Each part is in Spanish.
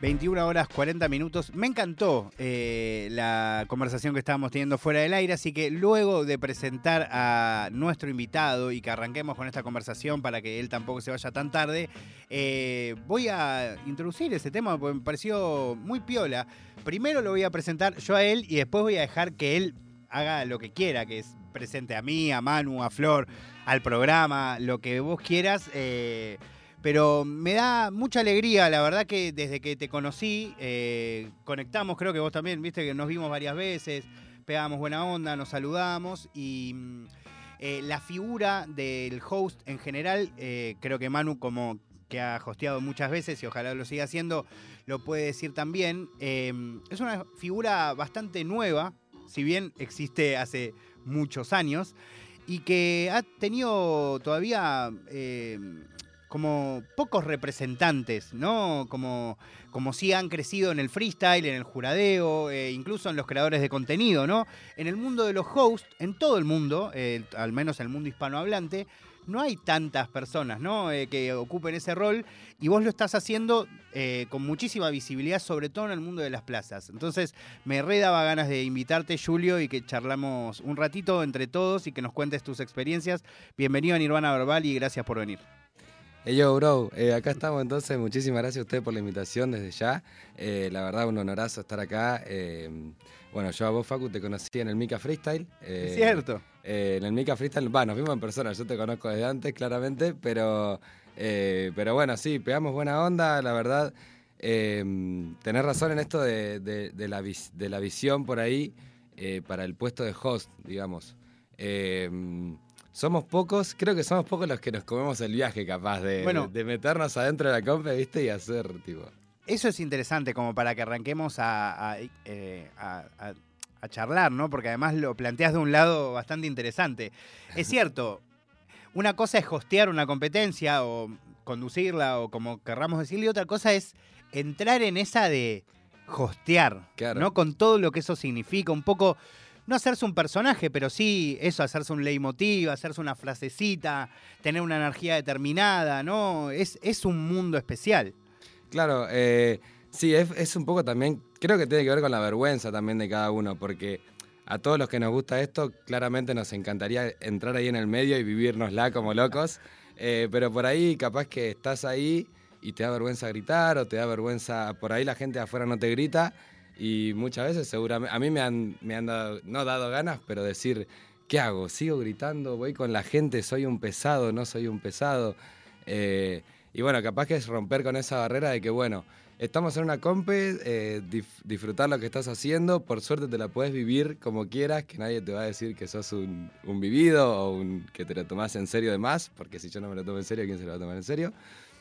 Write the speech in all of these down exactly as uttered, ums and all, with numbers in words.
veintiuna horas cuarenta minutos. Me encantó eh, la conversación que estábamos teniendo fuera del aire, así que luego de presentar a nuestro invitado y que arranquemos con esta conversación para que él tampoco se vaya tan tarde, eh, voy a introducir ese tema porque me pareció muy piola. Primero lo voy a presentar yo a él y después voy a dejar que él haga lo que quiera, que es presente a mí, a Manu, a Flor, al programa, lo que vos quieras. Eh, Pero me da mucha alegría, la verdad que desde que te conocí, eh, conectamos, creo que vos también, viste que nos vimos varias veces, pegábamos buena onda, nos saludamos y eh, la figura del host en general, eh, creo que Manu como que ha hosteado muchas veces y ojalá lo siga haciendo, lo puede decir también, eh, es una figura bastante nueva, si bien existe hace muchos años y que ha tenido todavía... Eh, como pocos representantes, ¿no? Como, como sí han crecido en el freestyle, en el juradeo, eh, incluso en los creadores de contenido, ¿no? En el mundo de los hosts, en todo el mundo, eh, al menos en el mundo hispanohablante, no hay tantas personas, ¿no? Eh, que ocupen ese rol y vos lo estás haciendo eh, con muchísima visibilidad, sobre todo en el mundo de las plazas. Entonces me re daba ganas de invitarte, Julio, y que charlamos un ratito entre todos y que nos cuentes tus experiencias. Bienvenido a Nirvana Verbal y gracias por venir. Hey yo, bro, eh, acá estamos entonces, muchísimas gracias a ustedes por la invitación desde ya, eh, la verdad un honorazo estar acá, eh, bueno yo a vos Facu te conocí en el Mika Freestyle. Eh, es cierto. Eh, en el Mika Freestyle, va, nos vimos en persona, yo te conozco desde antes claramente, pero, eh, pero bueno, sí, pegamos buena onda, la verdad, eh, tenés razón en esto de, de, de, la, vis, de la visión por ahí eh, para el puesto de host, digamos. Eh, Somos pocos, creo que somos pocos los que nos comemos el viaje capaz de, bueno, de, de meternos adentro de la compa, ¿viste? Y hacer, tipo... Eso es interesante como para que arranquemos a, a, eh, a, a, a charlar, ¿no? Porque además lo planteas de un lado bastante interesante. Es cierto, una cosa es hostear una competencia o conducirla o como querramos decirle, y otra cosa es entrar en esa de hostear, claro. ¿no? Con todo lo que eso significa, un poco... No hacerse un personaje, pero sí eso, hacerse un leitmotiv, hacerse una frasecita, tener una energía determinada, ¿no? Es, es un mundo especial. Claro, eh, sí, es, es un poco también, creo que tiene que ver con la vergüenza también de cada uno, porque a todos los que nos gusta esto, claramente nos encantaría entrar ahí en el medio y vivirnosla como locos, eh, pero por ahí capaz que estás ahí y te da vergüenza gritar o te da vergüenza, por ahí la gente de afuera no te grita. Y muchas veces seguramente, a mí me han, me han dado, no dado ganas, pero decir, ¿qué hago? ¿Sigo gritando? ¿Voy con la gente? ¿Soy un pesado? ¿No soy un pesado? Eh, y bueno, capaz que es romper con esa barrera de que, bueno, estamos en una compe, eh, dif, disfrutar lo que estás haciendo, por suerte te la puedes vivir como quieras, que nadie te va a decir que sos un, un vivido o un, que te lo tomás en serio de más, porque si yo no me lo tomo en serio, ¿quién se lo va a tomar en serio?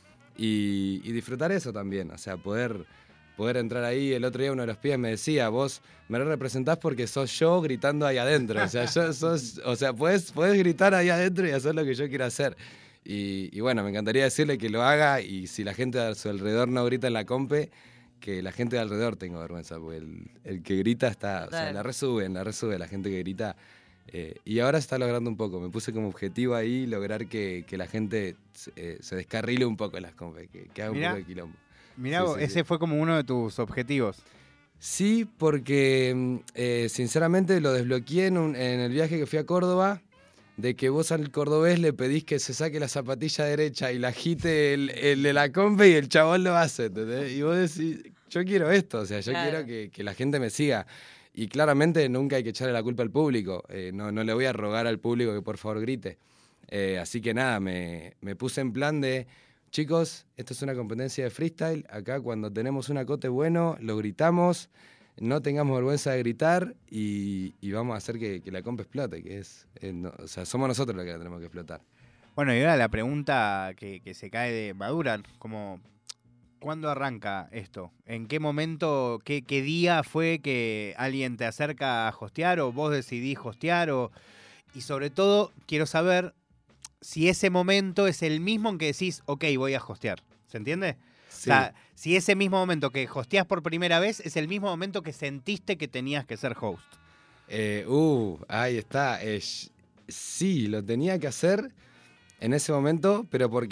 Y, y disfrutar eso también, o sea, poder... poder entrar ahí. El otro día uno de los pibes me decía, vos me representás porque sos yo gritando ahí adentro. O sea, yo sos, o sea, podés, podés gritar ahí adentro y hacer lo que yo quiera hacer. Y, y bueno, me encantaría decirle que lo haga y si la gente a su alrededor no grita en la compe, que la gente de alrededor tenga vergüenza, porque el, el que grita está, o sea, la resuben, la resube, la gente que grita. Eh, y ahora se está logrando un poco. Me puse como objetivo ahí lograr que, que la gente eh, se descarrile un poco en las compes, que, que haga un Mirá. poco de quilombo. Mirá, sí, sí, ese sí. Fue como uno de tus objetivos. Sí, porque eh, sinceramente lo desbloqueé en, un, en el viaje que fui a Córdoba, de que vos al cordobés le pedís que se saque la zapatilla derecha y la agite el, el de la compa y el chabón lo hace, ¿entendés? Y vos decís, yo quiero esto, o sea, yo claro. quiero que, que la gente me siga. Y claramente nunca hay que echarle la culpa al público, eh, no, no le voy a rogar al público que por favor grite. Eh, así que nada, me, me puse en plan de... Chicos, esto es una competencia de freestyle. Acá cuando tenemos un acote bueno, lo gritamos, no tengamos vergüenza de gritar y, y vamos a hacer que, que la compa explote, que es, eh, no, o sea, somos nosotros los que la tenemos que explotar. Bueno, y ahora la pregunta que, que se cae de Madura, como, ¿cuándo arranca esto? ¿En qué momento, qué, qué día fue que alguien te acerca a hostear o vos decidís hostear? O, y sobre todo, quiero saber... si ese momento es el mismo en que decís, ok, voy a hostear. ¿Se entiende? Sí. O sea, si ese mismo momento que hosteás por primera vez es el mismo momento que sentiste que tenías que ser host. Eh, uh, ahí está. Eh, sí, lo tenía que hacer en ese momento, pero ¿por qué?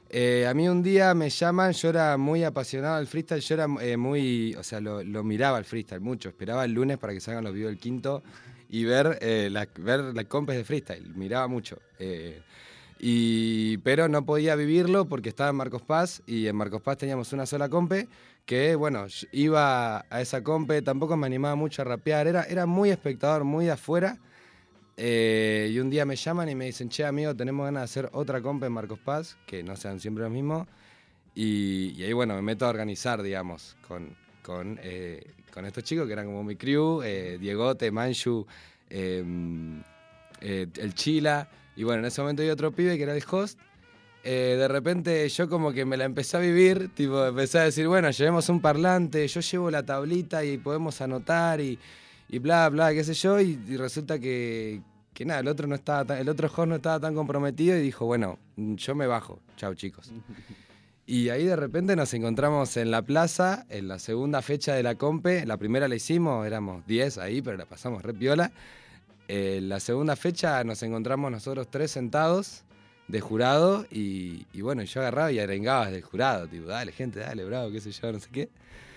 Eh, a mí un día me llaman, yo era muy apasionado del freestyle, yo era eh, muy, o sea, lo, lo miraba el freestyle mucho, esperaba el lunes para que salgan los videos del quinto y ver, eh, la, ver las compes de freestyle, miraba mucho. Eh, y, pero no podía vivirlo porque estaba en Marcos Paz y en Marcos Paz teníamos una sola compe que, bueno, iba a esa compe, tampoco me animaba mucho a rapear, era, era muy espectador, muy de afuera. Eh, y un día me llaman y me dicen, che, amigo, tenemos ganas de hacer otra compa en Marcos Paz, que no sean siempre los mismos. Y, y ahí, bueno, me meto a organizar, digamos, con, con, eh, con estos chicos que eran como mi crew, eh, Diegote, Manchu, eh, eh, el Chila. Y bueno, en ese momento hay otro pibe que era el host. Eh, de repente yo como que me la empecé a vivir, tipo, empecé a decir, bueno, llevemos un parlante, yo llevo la tablita y podemos anotar y... y bla, bla, qué sé yo, y, y resulta que, que nada, el otro no estaba tan, el otro host no estaba tan comprometido y dijo, bueno, yo me bajo, chau chicos. Y ahí de repente nos encontramos en la plaza, en la segunda fecha de la compe, la primera la hicimos, éramos diez ahí, pero la pasamos re piola. Eh, la segunda fecha nos encontramos nosotros tres sentados de jurado y, y bueno, yo agarraba y arengaba desde el jurado, tipo, dale gente, dale, bravo, qué sé yo, no sé qué.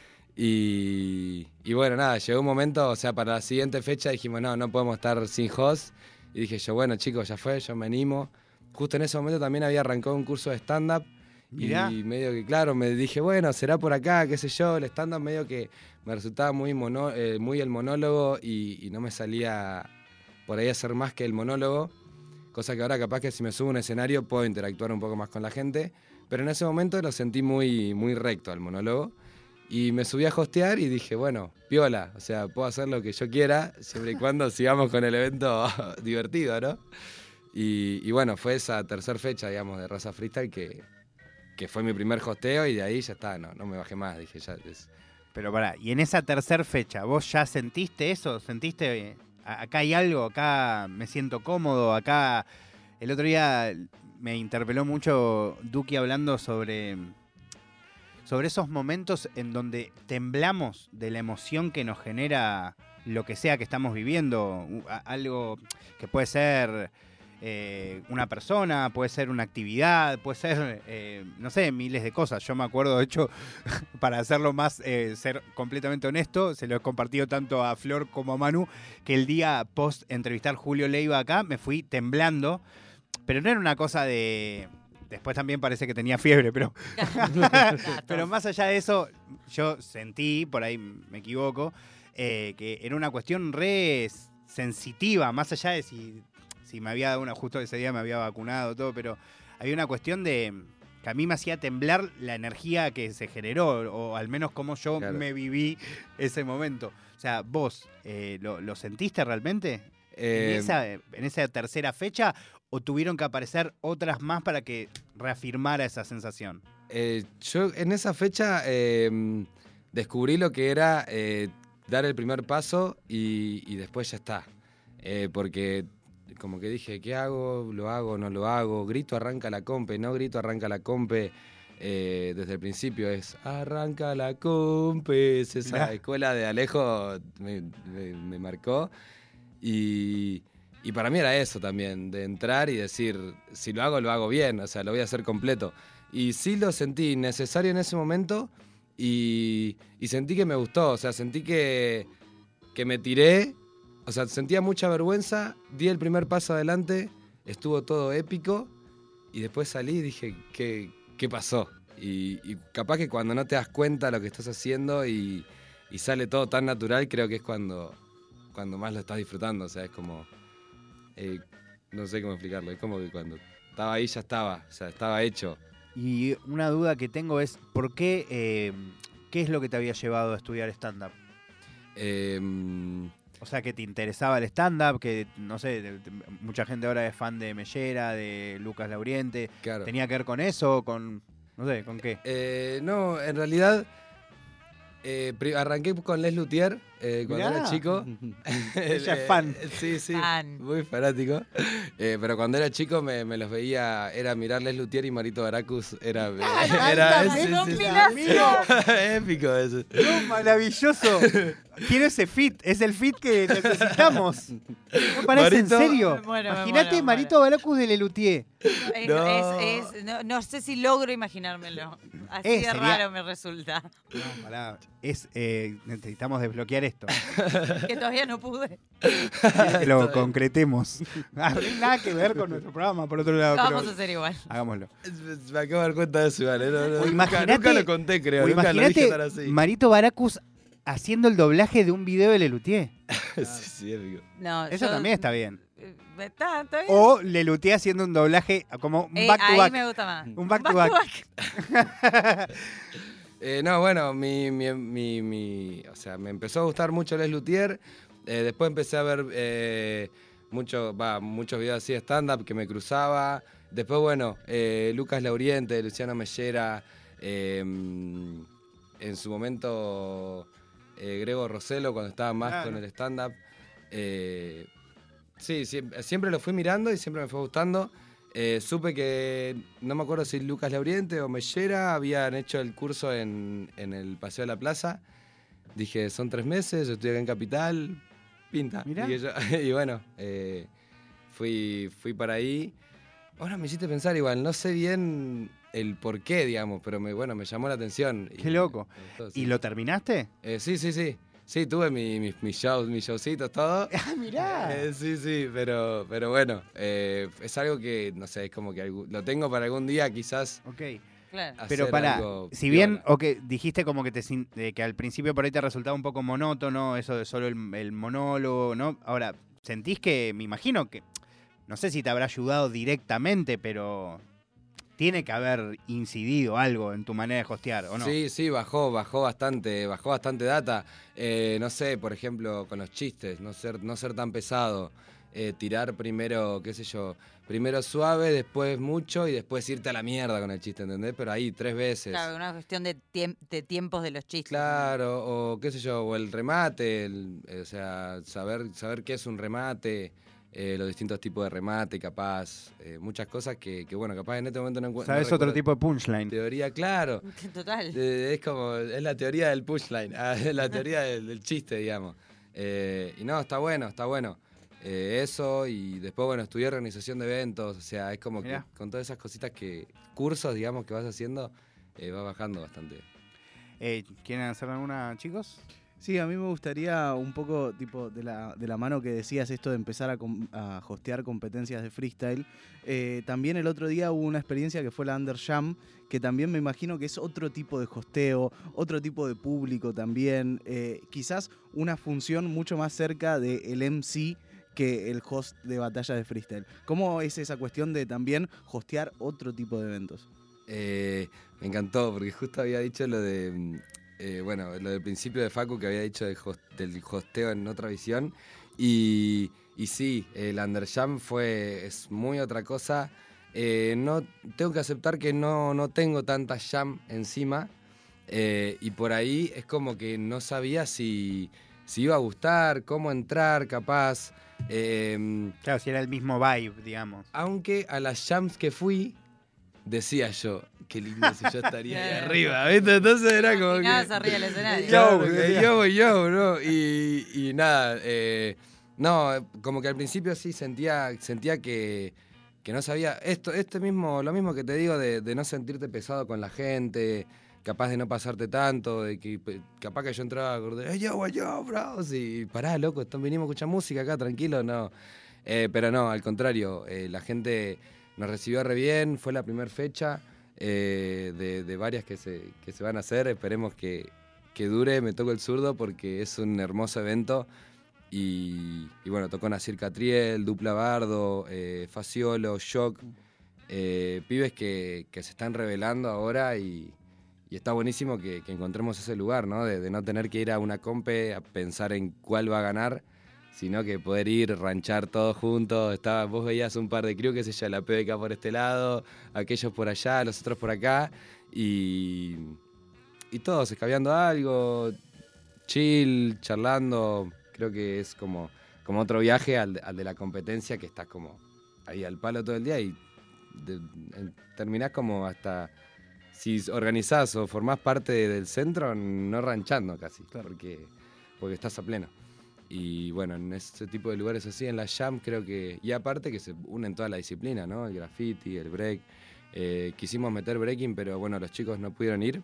Y, y bueno, nada, llegó un momento, o sea, para la siguiente fecha dijimos, no, no podemos estar sin host. Y dije yo, bueno, chicos, ya fue, yo me animo. Justo en ese momento también había arrancado un curso de stand-up. Y medio que, claro, me dije, bueno, será por acá, qué sé yo. El stand-up medio que me resultaba muy, mono, eh, muy el monólogo y, y no me salía por ahí hacer más que el monólogo. Cosa que ahora capaz que si me subo a un escenario puedo interactuar un poco más con la gente. Pero en ese momento lo sentí muy, muy recto al monólogo. Y me subí a hostear y dije, bueno, piola, o sea, puedo hacer lo que yo quiera, siempre y cuando sigamos con el evento divertido, ¿no? Y, y bueno, fue esa tercera fecha, digamos, de Raza Freestyle que, que fue mi primer hosteo y de ahí ya está, no, no me bajé más, dije, ya es... Pero pará, y en esa tercera fecha, ¿vos ya sentiste eso? ¿Sentiste, eh, acá hay algo, acá me siento cómodo, acá... El otro día me interpeló mucho Duki hablando sobre... sobre esos momentos en donde temblamos de la emoción que nos genera lo que sea que estamos viviendo, algo que puede ser eh, una persona, puede ser una actividad, puede ser, eh, no sé, miles de cosas. Yo me acuerdo, de hecho, para hacerlo más, eh, ser completamente honesto, se lo he compartido tanto a Flor como a Manu, que el día post entrevistar Julio Leiva acá, me fui temblando, pero no era una cosa de... Después también parece que tenía fiebre, pero... pero más allá de eso, yo sentí, por ahí me equivoco, eh, que era una cuestión re sensitiva, más allá de si, si me había dado una... Justo ese día me había vacunado, todo, pero había una cuestión de... que a mí me hacía temblar la energía que se generó, o al menos cómo yo claro. me viví ese momento. O sea, ¿vos eh, lo, lo sentiste realmente eh... en, esa, en esa tercera fecha? ¿O tuvieron que aparecer otras más para que reafirmara esa sensación? Eh, yo en esa fecha eh, descubrí lo que era eh, dar el primer paso y, y después ya está. Eh, porque como que dije, ¿qué hago? ¿Lo hago? ¿No lo hago? Grito, arranca la compe, no grito, arranca la compe. Eh, desde el principio es, arranca la compe. Es esa nah. escuela de Alejo me, me, me marcó. Y... Y para mí era eso también, de entrar y decir, si lo hago, lo hago bien, o sea, lo voy a hacer completo. Y sí lo sentí necesario en ese momento y, y sentí que me gustó, o sea, sentí que, que me tiré, o sea, sentía mucha vergüenza, di el primer paso adelante, estuvo todo épico y después salí y dije, ¿qué, qué pasó? Y, y capaz que cuando no te das cuenta lo que estás haciendo y, y sale todo tan natural, creo que es cuando, cuando más lo estás disfrutando, o sea, es como... Eh, no sé cómo explicarlo, es como que cuando estaba ahí ya estaba, o sea, estaba hecho. Y una duda que tengo es, ¿por qué, eh, qué es lo que te había llevado a estudiar stand-up? Eh, o sea, que te interesaba el stand-up, que, no sé, de, de, mucha gente ahora es fan de Mellera, de Lucas Lauriente. Claro. ¿Tenía que ver con eso? Con, no sé, ¿con qué? Eh, no, en realidad... Eh, arranqué con Les Luthier, eh, cuando Mirá. era chico. Ella es fan. Eh, sí, sí, Fan. muy fanático. Eh, pero cuando era chico me, me los veía, era mirar Les Luthier y Marito Baracus, era, era ¡Alta sí, sí, sí. combinación! Épico eso. No, maravilloso. Quiero ese fit, es el fit que necesitamos. ¿No parece en Marito- serio? Me muero, me Imagínate muero, me Marito Baracus de Lelutier. Es- No. es- es- no, no sé si logro imaginármelo. Así Eh, de sería- raro me resulta. No, pará. Es, eh, necesitamos desbloquear esto. Que todavía no pude. Que lo concretemos. Ah, no tiene nada que ver con nuestro programa, por otro lado. Lo pero vamos a hacer igual. hagámoslo. Me acabo de dar cuenta de eso, igual. ¿eh? No, no, O nunca, imaginate- nunca lo conté, creo. O Nunca lo dije tan imagínate así. Marito Baracus haciendo el doblaje de un video de Lelutier. sí, sí, épico. No, Eso yo- también está bien. eh, Está, está bien. O Lelutier haciendo un doblaje como un Eh, back to ahí back. me gusta más. Un back to back. Eh, no, bueno, mi, mi, mi, mi- o sea, me empezó a gustar mucho Les Luthier. Eh, después empecé a ver eh, mucho, va, muchos videos así de stand-up que me cruzaba. Después, bueno, eh, Lucas Lauriente, Luciano Mellera, eh, en su momento eh, Grego Rossello cuando estaba más Claro. con el stand-up. Eh, sí, siempre, siempre lo fui mirando y siempre me fue gustando. Eh, supe que, no me acuerdo si Lucas Lauriente o Mellera habían hecho el curso en, en el Paseo de la Plaza. Dije, son tres meses, yo estoy acá en Capital, pinta. Mirá. Y, yo- y bueno, eh, fui, fui para ahí. Ahora me hiciste pensar igual, no sé bien el por qué, digamos, pero me, bueno, me llamó la atención. Qué Y loco. me gustó, sí. ¿Y lo terminaste? Eh, sí, sí, sí. Sí, tuve mi- mis, mis shows, mis showcitos, todo. Ah, mirá. Eh, sí, sí, pero, pero bueno, eh, es algo que, no sé, es como que algu- lo tengo para algún día quizás Ok. Claro. Pero hacer pará, algo si bien, piola. o que dijiste como que te sin- de que al principio por ahí te resultaba un poco monótono, eso de solo el, el monólogo, ¿no? Ahora, sentís que, me imagino que, no sé si te habrá ayudado directamente, pero tiene que haber incidido algo en tu manera de hostear, ¿o no? Sí, sí, bajó, bajó bastante, bajó bastante data. Eh, no sé, por ejemplo, con los chistes, no ser, no ser tan pesado. Eh, tirar primero, qué sé yo, primero suave, después mucho y después irte a la mierda con el chiste, ¿entendés? Pero ahí tres veces. Claro, una cuestión de, tiemp- de tiempos de los chistes. Claro, o qué sé yo, o el remate, el- eh, o sea, saber, saber qué es un remate, eh, los distintos tipos de remate, capaz, eh, muchas cosas que, que, bueno, capaz en este momento no encuentro. ¿Sabes otro tipo de punchline? Teoría, claro. Total. Eh, es como, es la teoría del punchline, ah, es la teoría del, del chiste, digamos. Eh, y no, está bueno, está bueno. Eh, eso, y después, bueno, estudié organización de eventos, o sea, es como Mirá. que con todas esas cositas que, cursos, digamos, que vas haciendo, eh, vas bajando bastante. Eh, ¿Quieren hacer alguna, chicos? Sí, a mí me gustaría un poco, tipo, de la, de la mano que decías esto de empezar a, com- a hostear competencias de freestyle. Eh, también el otro día hubo una experiencia que fue la Under Jam, que también me imagino que es otro tipo de hosteo, otro tipo de público también. Eh, quizás una función mucho más cerca del M C que el host de batalla de freestyle. ¿Cómo es esa cuestión de también hostear otro tipo de eventos? Eh, me encantó, porque justo había dicho lo de, mm, eh, bueno, lo del principio de Facu que había dicho del, host- del hosteo en otra visión. Y, y sí, el Underjam fue, es muy otra cosa. Eh, no, tengo que aceptar que no, no tengo tanta jam encima. eh, y por ahí es como que no sabía si, si iba a gustar, cómo entrar, capaz. Eh, Claro, si era el mismo vibe, digamos. aunque a las jams que fui, decía yo, qué lindo si yo estaría ahí Claro. arriba, ¿viste? Entonces era como que... Imaginabas arriba del escenario. Claro, Yo, que decía. yo, yo, ¿no? Y, y nada, eh, no, como que al principio sí sentía, sentía que, que no sabía, esto, este mismo, lo mismo que te digo de, de no sentirte pesado con la gente, capaz de no pasarte tanto, de que pe- capaz que yo entraba a correr, "Ey, yo, yo, bros", y pará, loco, están, venimos a escuchar música acá, tranquilo, no. Eh, pero no, al contrario, eh, la gente nos recibió re bien, fue la primera fecha eh, de, de varias que se, que se van a hacer, esperemos que, que dure, me toco el zurdo porque es un hermoso evento. Y, y bueno, tocó Nasir Catriel, Dupla Bardo, eh, Faciolo, Shock, eh, pibes que, que se están revelando ahora y, y está buenísimo que, que encontremos ese lugar, ¿no? De, de no tener que ir a una compe a pensar en cuál va a ganar, sino que poder ir, ranchar todos juntos. Estaba, vos veías un par de crew, qué sé yo, la P B K por este lado, aquellos por allá, los otros por acá, y, y todos escabeando algo. chill, charlando. Creo que es como, como otro viaje al, al de la competencia, que estás como ahí al palo todo el día y de, en, terminás como hasta, si organizás o formás parte del centro, no ranchando casi, claro. porque, porque estás a pleno. Y bueno, en ese tipo de lugares así, en la jam creo que, y aparte que se unen toda la disciplina, ¿no? El graffiti, el break. Eh, quisimos meter breaking, pero bueno, los chicos no pudieron ir.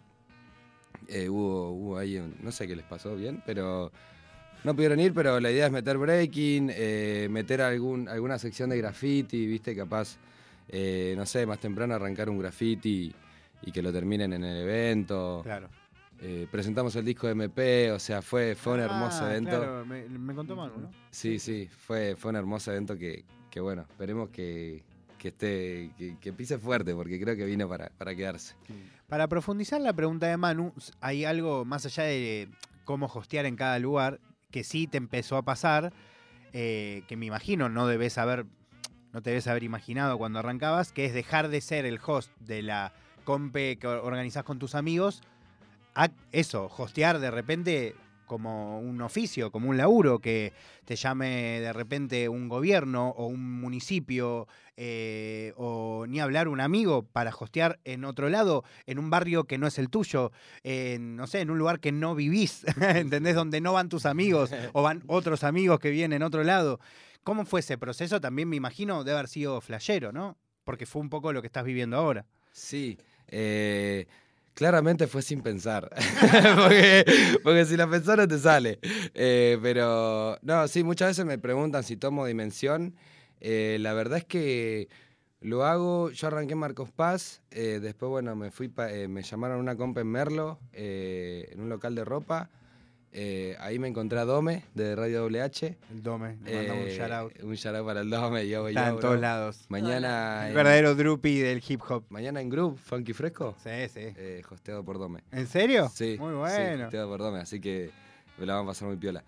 Eh, hubo, hubo ahí, un, no sé qué les pasó bien, pero no pudieron ir, pero la idea es meter breaking, eh, meter algún, alguna sección de graffiti, viste, capaz, eh, no sé, más temprano arrancar un graffiti y que lo terminen en el evento. Claro. Eh, presentamos el disco de M P, o sea, fue, fue un Ah, hermoso evento. Claro, me, me contó Manu, ¿no? Sí, sí, fue, fue un hermoso evento que, que bueno, esperemos que, que esté, que, que pise fuerte, porque creo que vino para, para quedarse. Para profundizar la pregunta de Manu, hay algo más allá de cómo hostear en cada lugar, que sí te empezó a pasar, eh, que me imagino no debes haber, no te debes haber imaginado cuando arrancabas, que es dejar de ser el host de la compe que organizás con tus amigos, a eso, hostear de repente como un oficio, como un laburo, que te llame de repente un gobierno o un municipio eh, o ni hablar un amigo para hostear en otro lado, en un barrio que no es el tuyo, en, no sé, en un lugar que no vivís, ¿entendés? Donde no van tus amigos o van otros amigos que vienen en otro lado. ¿Cómo fue ese proceso? También me imagino debe haber sido flashero, ¿no? Porque fue un poco lo que estás viviendo ahora. Sí, eh... claramente fue sin pensar, porque, porque si la pensás no te sale. Eh, pero, no, sí, muchas veces me preguntan si tomo dimensión. Eh, la verdad es que lo hago, yo arranqué en Marcos Paz, eh, después, bueno, me fui pa, eh, me llamaron a una compa en Merlo, eh, en un local de ropa. Eh, ahí me encontré a Dome, de Radio W H. El Dome, le mandamos eh, un shout out. Un shout out para el Dome, yo, Está yo, en todos bro. lados. Mañana... El en, verdadero Drupi del hip hop. Mañana en Group, Funky Fresco. Sí, sí. Eh, hosteado por Dome. ¿En serio? Sí. Muy Sí, bueno. hosteado por Dome, así que me la van a pasar muy piola.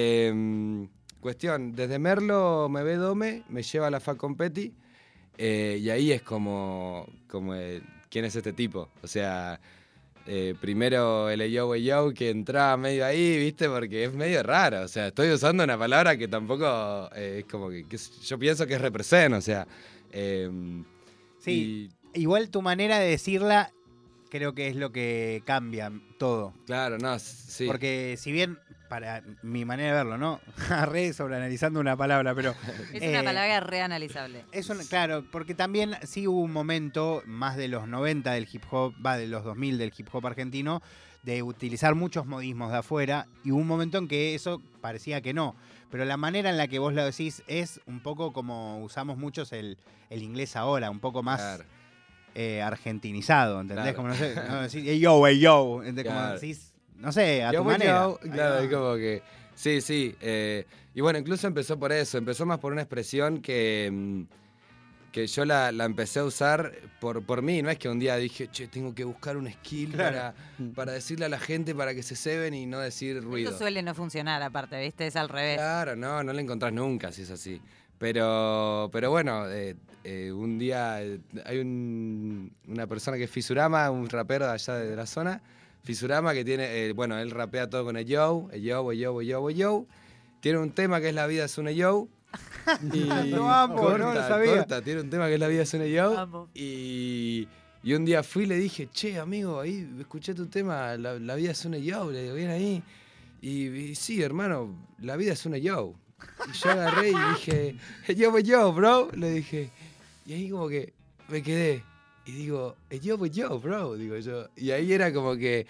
Eh, cuestión, desde Merlo me ve Dome, me lleva a la Fac Competi, eh, y ahí es como, como el, ¿quién es este tipo? O sea... Eh, primero el yo, yo, que entraba medio ahí, ¿viste? Porque es medio raro. O sea, estoy usando una palabra que tampoco eh, es como que, que yo pienso que es represent, o sea. Eh, sí, y... igual tu manera de decirla creo que es lo que cambia todo. Claro, no, sí. Porque si bien, para mi manera de verlo, ¿no? Re sobreanalizando una palabra, pero... Es eh, una palabra reanalizable. Es un, claro, porque también sí hubo un momento, más de los noventa del hip hop, va de los dos mil del hip hop argentino, de utilizar muchos modismos de afuera, y hubo un momento en que eso parecía que no. Pero la manera en la que vos lo decís es un poco como usamos muchos el, el inglés ahora, un poco más... Claro. Eh, argentinizado, ¿entendés? Claro. Como no sé, no decir, hey yo, hey yo, ¿entendés? Claro. Como decís, no sé, a yo tu manera. Yo, claro, es como que, sí, sí, eh, y bueno, incluso empezó por eso, empezó más por una expresión que, que yo la, la empecé a usar por, por mí, no es que un día dije, che, tengo que buscar un skill claro. para, para decirle a la gente para que se ceben y no decir ruido. Eso suele no funcionar aparte, ¿viste? Es al revés. Claro, no, no lo encontrás nunca si es así. Pero, pero bueno, eh, eh, un día eh, hay un, una persona que es Fisurama, un rapero de allá de la zona, Fisurama que tiene, eh, bueno, él rapea todo con el yo, el yo, el yo, el yo, el yo. Tiene un tema que es La vida es una yo. Y lo amo, corta, no lo sabía. Corta, tiene un tema que es La vida es una yo. Y, y un día fui y le dije, che, amigo, ahí escuché tu tema, La, la vida es una yo, le digo, bien ahí. Y, y sí, hermano, la vida es una yo. Y yo agarré y dije, yo voy yo, bro. Le dije. Y ahí como que me quedé. Y digo, yo voy yo, bro. Digo yo. Y ahí era como que,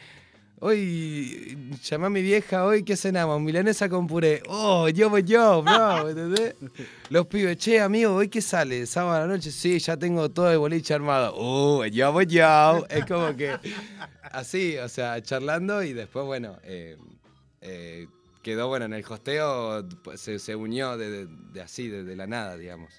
hoy llamé a mi vieja, hoy ¿qué cenamos? Milanesa con puré. Oh, yo voy yo, bro. ¿Entendés? Los pibes, che, amigo, ¿hoy qué sale? ¿Sábado a la noche? Sí, ya tengo todo el boliche armado. Oh, yo voy yo. Es como que así, o sea, charlando y después, bueno, eh, eh, quedó, bueno, en el hosteo se, se unió de, de, de así, de, de la nada, digamos.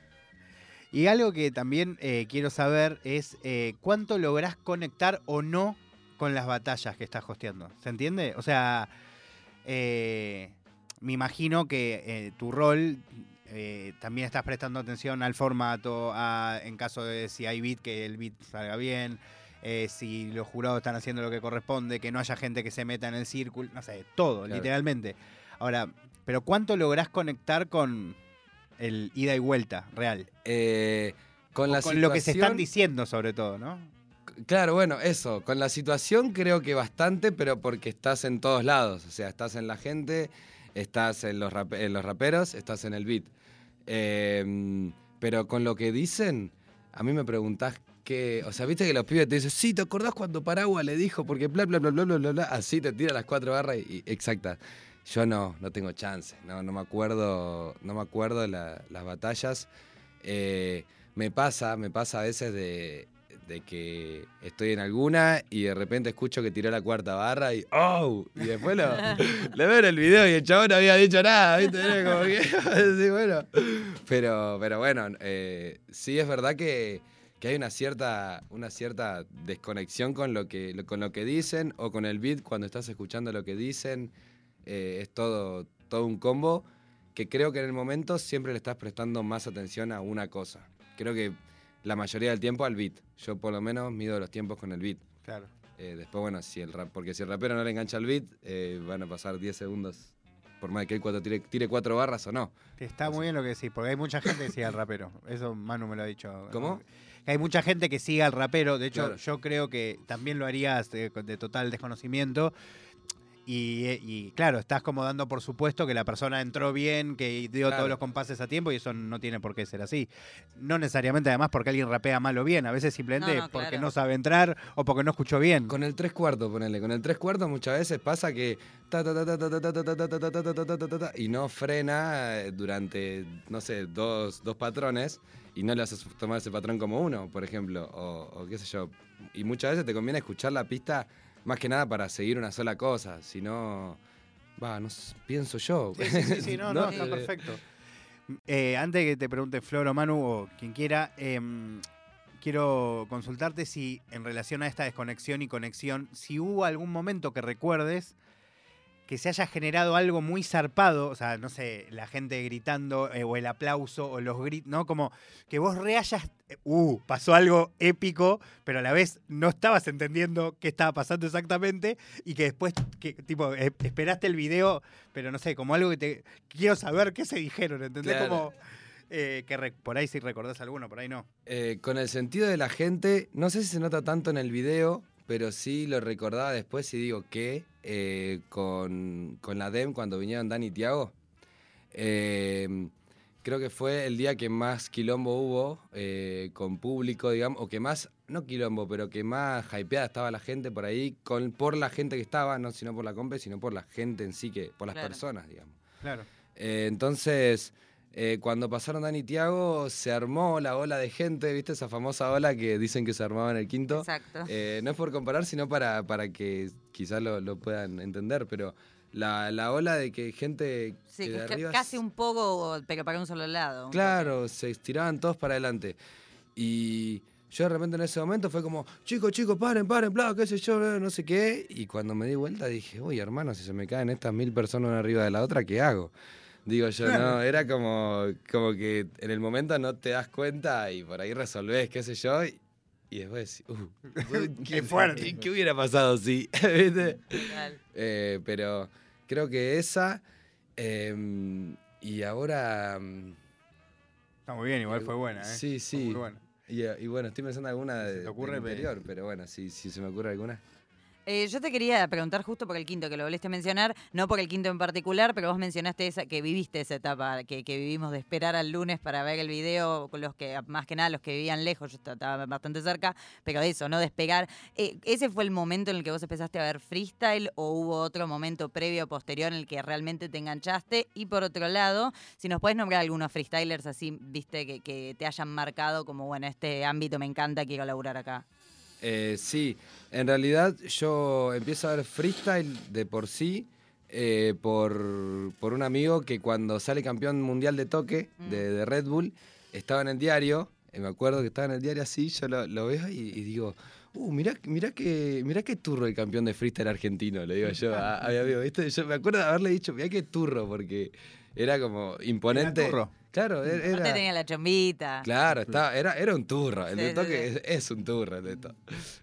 Y algo que también eh, quiero saber es eh, cuánto lográs conectar o no con las batallas que estás hosteando. ¿Se entiende? O sea, eh, me imagino que eh, tu rol eh, también estás prestando atención al formato, a, en caso de si hay beat, que el beat salga bien. eh, si los jurados están haciendo lo que corresponde, que no haya gente que se meta en el círculo, no sé, todo, Claro. literalmente. Ahora, pero ¿cuánto lográs conectar con el ida y vuelta real? Eh, con la Con lo que se están situación- diciendo sobre todo, ¿no? Claro, bueno, eso. Con la situación creo que bastante, pero porque estás en todos lados. O sea, estás en la gente, estás en los, rap- en los raperos, estás en el beat. Eh, pero con lo que dicen, a mí me preguntás qué... O sea, viste que los pibes te dicen, sí, ¿te acordás cuando Paraguas le dijo? Porque bla, bla, bla, bla, bla, bla, bla. Así te tira las cuatro barras y, y- exactas. Yo no, no tengo chance. No, no me acuerdo, no me acuerdo la- las batallas. Eh, me pasa, me pasa a veces de... de que estoy en alguna y de repente escucho que tiró la cuarta barra y ¡oh! Y después lo, le veo en el video y el chabón no había dicho nada, ¿viste? Era como que, sí, bueno. Pero, pero bueno, eh, sí es verdad que, que hay una cierta, una cierta desconexión con lo, que, con lo que dicen o con el beat cuando estás escuchando lo que dicen. Eh, es todo, todo un combo que creo que en el momento siempre le estás prestando más atención a una cosa. Creo que la mayoría del tiempo al beat. Yo por lo menos mido los tiempos con el beat. Claro. Eh, después, bueno, si el rap, porque si el rapero no le engancha al beat, eh, van a pasar diez segundos por más que él cuatro tire, tire cuatro barras o no. Está muy bien lo que decís, porque hay mucha gente que sigue al rapero. Eso Manu me lo ha dicho. ¿no? ¿Cómo? Que hay mucha gente que sigue al rapero. De hecho, Claro. yo creo que también lo harías de, de total desconocimiento. Y, y, claro, estás como dando por supuesto que la persona entró bien, que dio Claro. todos los compases a tiempo y eso no tiene por qué ser así. No necesariamente además porque alguien rapea mal o bien, a veces simplemente No, no, porque claro. no sabe entrar o porque no escuchó bien. Con el tres cuartos, ponele. Con el tres cuartos muchas veces pasa que ta, ta, ta, ta, ta, ta, ta, ta, ta, ta, ta, ta, ta, ta, ta, ta, ta, y no frena eh, durante, no sé, dos, dos patrones y no le haces tomar ese patrón como uno, por ejemplo, o, o qué sé yo. Y muchas veces te conviene escuchar la pista más que nada para seguir una sola cosa, si no... Va, no sé, pienso yo. Sí, sí, sí, sí, no, no, No, está eh, perfecto. Eh, antes de que te pregunte Flor o Manu o quien quiera, em, quiero consultarte si en relación a esta desconexión y conexión, si hubo algún momento que recuerdes que se haya generado algo muy zarpado, o sea, no sé, la gente gritando eh, o el aplauso o los gritos, ¿no? Como que vos re hayas, eh, uh, pasó algo épico, pero a la vez no estabas entendiendo qué estaba pasando exactamente y que después, que, tipo, eh, esperaste el video, pero no sé, como algo que te... Quiero saber qué se dijeron, ¿entendés? Claro. Como eh, que re- por ahí sí recordás alguno, por ahí no. Eh, con el sentido de la gente, no sé si se nota tanto en el video, pero sí lo recordaba después y digo que eh, con, con la D E M cuando vinieron Dani y Tiago, eh, creo que fue el día que más quilombo hubo eh, con público, digamos, o que más, no quilombo, pero que más hypeada estaba la gente por ahí, con, por la gente que estaba, no sino por la compa, sino por la gente en sí, que por las Claro. personas, digamos. Claro. Eh, entonces, eh, cuando pasaron Dani y Tiago, se armó la ola de gente, ¿viste? Esa famosa ola que dicen que se armaba en el quinto. Exacto. Eh, no es por comparar, sino para, para que quizás lo, lo puedan entender, pero la, la ola de que gente Sí, que que de es ca- arriba... casi un poco, pero para un solo lado. un Claro, se estiraban todos para adelante. Y yo de repente en ese momento fue como, chicos, chicos, paren, paren, bla, qué sé yo, bla, no sé qué. Y cuando me di vuelta dije, uy, hermano, si se me caen estas mil personas una arriba de la otra, ¿qué hago? Digo yo, no, era como, como que en el momento no te das cuenta y por ahí resolvés, qué sé yo, y, y después decís, uh, Qué fuerte. ¿Qué hubiera pasado si? ¿Viste? Total. Eh, pero creo que esa, eh, y ahora... mm, Está muy bien, igual fue buena, ¿eh? Sí, Fue sí. muy buena. Y, eh, y bueno, estoy pensando en alguna ¿Se de, te ocurre, del pe- interior, pero bueno, si, si se me ocurre alguna. Eh, yo te quería preguntar justo por el quinto, que lo volviste a mencionar, no por el quinto en particular, pero vos mencionaste esa, que viviste esa etapa, que, que vivimos de esperar al lunes para ver el video, con los que, más que nada, los que vivían lejos, yo estaba bastante cerca, pero eso, no despegar. Eh, ¿Ese fue el momento en el que vos empezaste a ver freestyle o hubo otro momento previo o posterior en el que realmente te enganchaste? Y por otro lado, si nos puedes nombrar algunos freestylers así, viste, que, que te hayan marcado como, bueno, este ámbito me encanta, quiero laburar acá. Eh, sí, en realidad yo empiezo a ver freestyle de por sí eh, por, por un amigo que cuando sale campeón mundial de toque Mm. de, de Red Bull, estaba en el diario, eh, me acuerdo que estaba en el diario así, yo lo, lo veo y, y digo, uh, mirá, mirá, que, mirá qué turro el campeón de freestyle argentino, le digo yo a, a mi amigo, ¿viste? Yo me acuerdo de haberle dicho, mirá qué turro, porque era como imponente. Era turro. Claro, era... Aparte tenía la chombita. Claro, estaba, era, era un turro. El Sí, de sí, toque sí. es, es un turro, el de toque.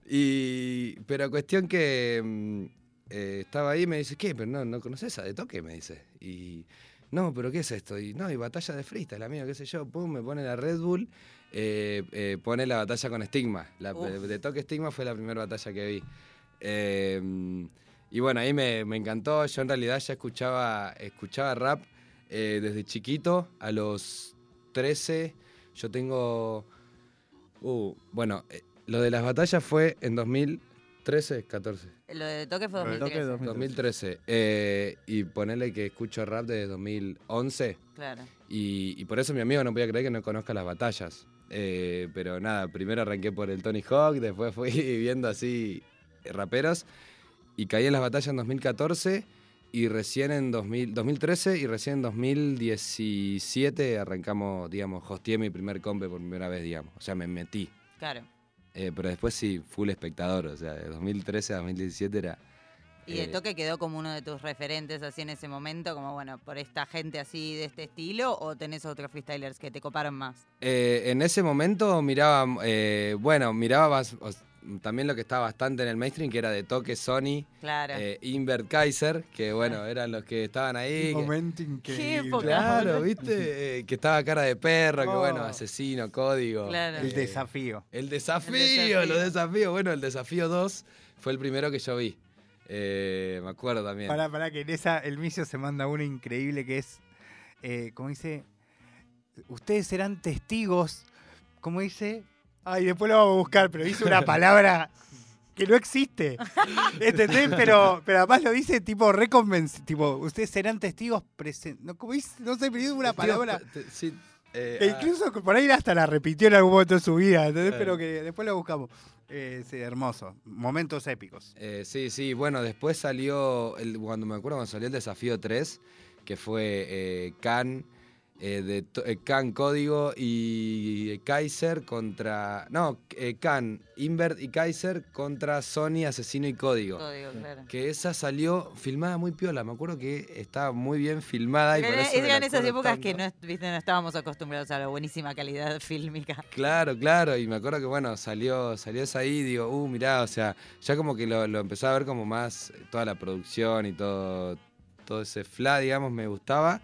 Y, pero cuestión que mm, eh, estaba ahí y me dice, ¿qué? Pero no, no conoces a de toque, me dice. Y no, pero ¿qué es esto? Y no, y batalla de freestyle, amigo, qué sé yo. Pum, me pone la Red Bull, eh, eh, pone la batalla con Stigma. La, Uf. de toque Stigma fue la primera batalla que vi. Eh, y bueno, ahí me, me encantó. Yo en realidad ya escuchaba, escuchaba rap eh, desde chiquito, a los trece. Yo tengo... Uh, bueno, eh, lo de las batallas fue en dos mil trece, catorce. Lo de toque fue Lo de Toque dos mil trece. dos mil trece. dos mil trece. Eh, y ponerle que escucho rap desde dos mil once. Claro. Y, y por eso mi amigo no podía creer que no conozca las batallas. Eh, pero nada, primero arranqué por el Tony Hawk, después fui viendo así eh, raperos. Y caí en las batallas en dos mil catorce y recién en dos mil, dos mil trece y recién en dos mil diecisiete arrancamos, digamos, hosteé mi primer compe por primera vez, digamos. O sea, me metí. Claro. Eh, pero después sí, full espectador. O sea, de dos mil trece a dos mil diecisiete era... Y de eh, toque quedó como uno de tus referentes así en ese momento, como bueno, por esta gente así de este estilo, o tenés otros freestylers que te coparon más. Eh, en ese momento miraba, eh, bueno, miraba más, o, también lo que estaba bastante en el mainstream, que era de toque Sony, Claro. eh, Invert Kaiser, que bueno, eran los que estaban ahí. que- momento Qué época. claro, ¿viste? Eh, que estaba cara de perro, que Oh. bueno, asesino, código. Claro. El eh, desafío. El desafío, El desafío. los desafíos. Bueno, el desafío dos fue el primero que yo vi. Eh, me acuerdo también. Pará, pará, que en esa el Micio se manda una increíble que es, eh, como dice, ustedes serán testigos, como dice, ay, después lo vamos a buscar, pero dice una palabra que no existe, ¿entendés? Pero, pero además lo dice tipo reconvencido, tipo, ustedes serán testigos presentes, no, como dice, no sé, pero dice una palabra Te- sí, eh, que ah, incluso por ahí hasta la repitió en algún momento de su vida, ¿entendés? Eh. Pero que después lo buscamos. Eh, sí, hermoso, momentos épicos. Eh, sí, sí, bueno, después salió, el- cuando me acuerdo cuando salió el desafío tres, que fue eh, Khan, eh, de to- eh, Khan Código y Kaiser contra, no, eh, Khan, Invert y Kaiser contra Sony, Asesino y Código. Código, claro. Que esa salió filmada muy piola, me acuerdo que estaba muy bien filmada y por Pero eso me la eran esas acuerdo épocas tanto. que no, est- viste, no estábamos acostumbrados a la buenísima calidad fílmica. Claro, claro, y me acuerdo que bueno, salió, salió esa ahí y digo, uh, mirá, o sea, ya como que lo, lo empecé a ver como más, eh, toda la producción y todo, todo ese fla, digamos, me gustaba.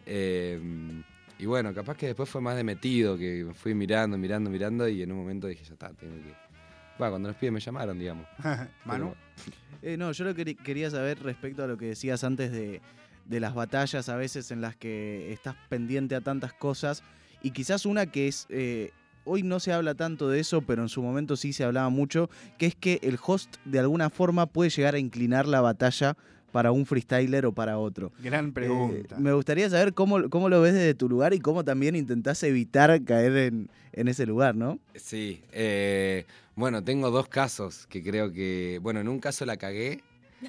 Eh, y bueno, capaz que después fue más de metido, que fui mirando, mirando, mirando y en un momento dije, ya está, tengo que... Bueno, cuando los pibes me llamaron, digamos. Manu. Pero- Eh, no, yo lo que quería saber respecto a lo que decías antes de, de las batallas a veces en las que estás pendiente a tantas cosas y quizás una que es, eh, hoy no se habla tanto de eso, pero en su momento sí se hablaba mucho, que es que el host de alguna forma puede llegar a inclinar la batalla para un freestyler o para otro. Gran pregunta. Eh, me gustaría saber cómo, cómo lo ves desde tu lugar y cómo también intentás evitar caer en, en ese lugar, ¿no? Sí, eh, bueno, tengo dos casos que creo que, bueno, en un caso la cagué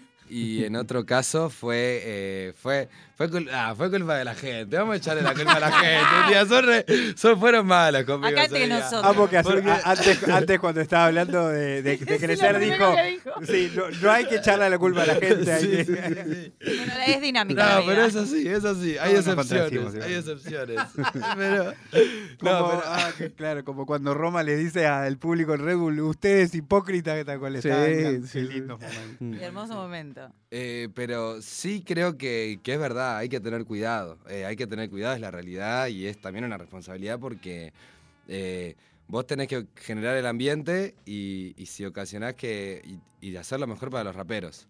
y en otro caso fue, eh, fue, fue, cul- ah, fue culpa de la gente. Vamos a echarle la culpa a la gente. Tía, son, re- son fueron malas conmigo. Acá ese entre día. nosotros. Ah, porque hace- Porque- a- antes, antes cuando estaba hablando de, de- de crecer dijo, sí, no, no hay que echarle la culpa a la gente. hay Sí, que- sí, sí, sí. Bueno, es dinámica. la No, vida. pero es así, es así. Hay Todos nos contradecimos, excepciones, hay igual. excepciones. Pero, Como, no, pero, ah, que claro, como cuando Roma le dice al público en Red Bull, ustedes hipócritas, tal cual Sí, están. sí, Qué sí. lindos momentos. Hermoso momento. eh, pero sí creo que, que es verdad, hay que tener cuidado. Eh, hay que tener cuidado, es la realidad y es también una responsabilidad porque eh, vos tenés que generar el ambiente y, y si ocasionás que. Y, y hacer lo mejor para los raperos.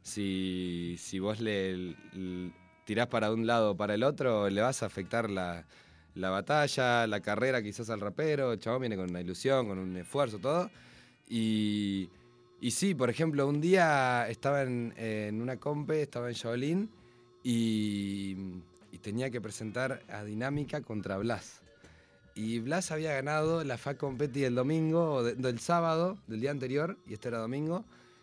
Si, si vos le, le tirás para un lado o para el otro, le vas a afectar la, la batalla, la carrera quizás al rapero. El chabón viene con una ilusión, con un esfuerzo, todo. Y, y sí, por ejemplo, un día estaba en, en una compe, estaba en Shaolin y, y tenía que presentar a Dinámica contra Blas. Y Blas había ganado la F A Competi el domingo, o de- del sábado, del día anterior, y este era domingo.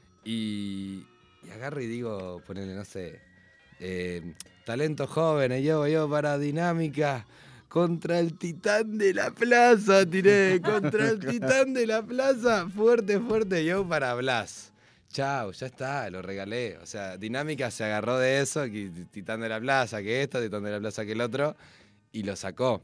Y, y agarro y digo, ponele, no sé, eh, talento joven, yo, yo para Dinámica. Contra el titán de la plaza, tiré. Contra el titán de la plaza. Fuerte, fuerte, yo para Blas. Chau, ya está, lo regalé. O sea, Dinámica se agarró de eso, que titán de la plaza, que esto, titán de la plaza, que el otro. y lo sacó.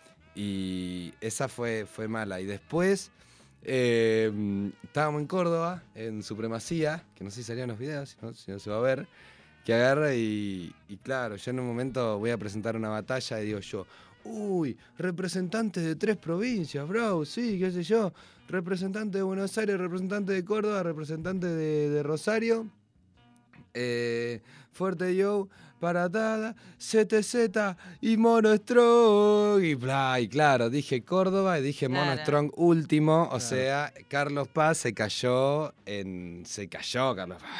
Y esa fue, fue mala. Y después eh, estábamos en Córdoba, en Supremacía, que no sé si salían los videos, si no, si no se va a ver, que agarra y, y claro, yo en un momento voy a presentar una batalla y digo yo, uy, representante de tres provincias, bro, sí, qué sé yo, representante de Buenos Aires, representante de Córdoba, representante de, de Rosario, eh, Fuerte Joe, Paratada, Z T Z y Mono Strong. Y, bla, y claro, dije Córdoba y dije Mono Claro. Strong último. O Claro. sea, Carlos Paz se cayó en. Se cayó, Carlos Paz.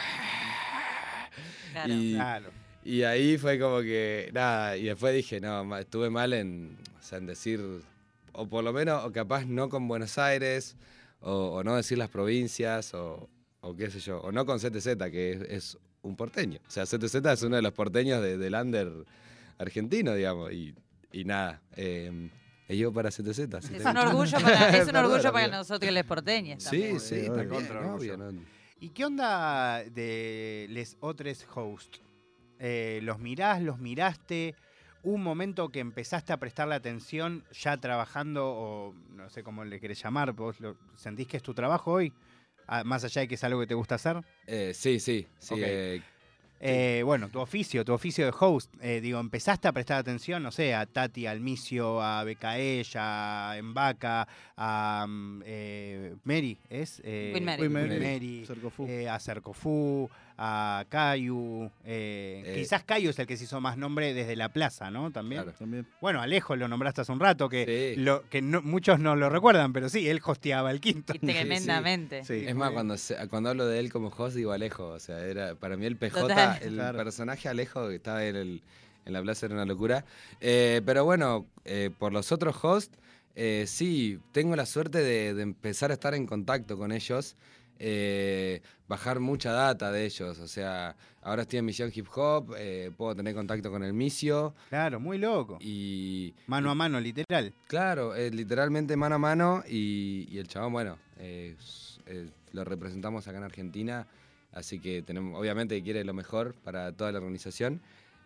Claro. Y, Claro. y ahí fue como que. Nada. Y después dije, no, ma- estuve mal en. O sea, en decir. O por lo menos, o capaz no con Buenos Aires. O, o no decir las provincias. O, o qué sé yo. O no con Z T Z, que es, es un porteño. O sea, Z T Z es uno de los porteños de- del under argentino, digamos. Y, y nada. Eh, y yo para Z T Z. si Es te un gusta. orgullo para, es un Perdón, orgullo para amigo. nosotros los porteños también. Sí, sí, Obvio, también, contra orgullo. obvio, ¿no? ¿Y qué onda de les otros hosts? Eh, ¿Los mirás, los miraste? ¿Un momento que empezaste a prestarle atención ya trabajando o no sé cómo le querés llamar? ¿Vos lo, sentís que es tu trabajo hoy? Ah, más allá de que es algo que te gusta hacer. Eh, sí, sí, sí. Ok. eh, Eh, bueno, tu oficio, tu oficio de host, eh, digo, ¿empezaste a prestar atención, no sé, a Tati, al Micio, a Becaella, a Embaca, a mm, eh, Mary, ¿es? Eh, Queen Mary. Queen Mary. Queen Mary, Cercofú. eh, a Cercofú, a Cayu. eh, Eh. quizás Cayu es el que se hizo más nombre desde la plaza, ¿no? También. Claro. También. Bueno, Alejo lo nombraste hace un rato, que, Sí. lo, que no- muchos no lo recuerdan, pero sí, él hosteaba el quinto. Y tremendamente. Sí. Es más, cuando, se- cuando hablo de él como host, digo Alejo. O sea, era para mí el P J, Total. el Claro. personaje Alejo que estaba en, el, en la plaza era una locura. Eh, pero bueno, eh, por los otros hosts, eh, sí, tengo la suerte de, de empezar a estar en contacto con ellos. eh, bajar mucha data de ellos. O sea, ahora estoy en Misión Hip Hop, eh, puedo tener contacto con el Micio. Claro, muy loco. Y, Mano a mano, literal. Claro, eh, literalmente mano a mano y, y el chabón, bueno, eh, s- eh, lo representamos acá en Argentina, así que tenemos, obviamente que quiere lo mejor para toda la organización.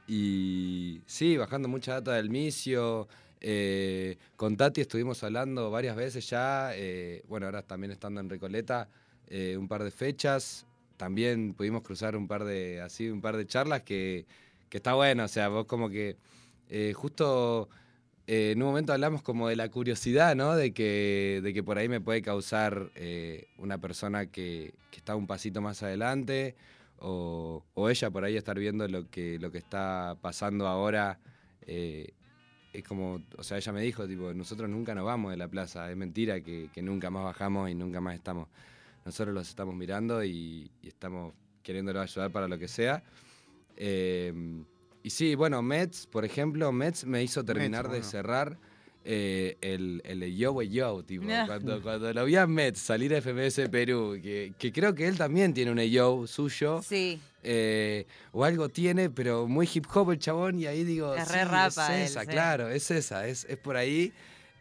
Y sí, bajando mucha data del Micio, eh, con Tati estuvimos hablando varias veces ya, eh, bueno, ahora también estando en Recoleta, eh, un par de fechas, también pudimos cruzar un par de, así, un par de charlas que, que está bueno, o sea, vos como que eh, justo... Eh, en un momento hablamos como de la curiosidad, ¿no? De que, de que por ahí me puede causar eh, una persona que, que está un pasito más adelante o, o ella por ahí estar viendo lo que, lo que está pasando ahora. eh, es como, o sea, ella me dijo, tipo, nosotros nunca nos vamos de la plaza, es mentira que, que nunca más bajamos y nunca más estamos. Nosotros los estamos mirando y, y estamos queriéndolos ayudar para lo que sea. Eh, y sí, bueno, Mets, por ejemplo, Mets me hizo terminar Mets, de bueno. cerrar eh, el, el de Yo Wey Yo, tipo, Ah. cuando, cuando lo vi a Mets salir a F M S Perú, que, que creo que él también tiene un Yo suyo, Sí. eh, o algo tiene, pero muy hip hop el chabón, y ahí digo, Es sí, re rapa él, es esa, sí. claro, es esa, es, es por ahí.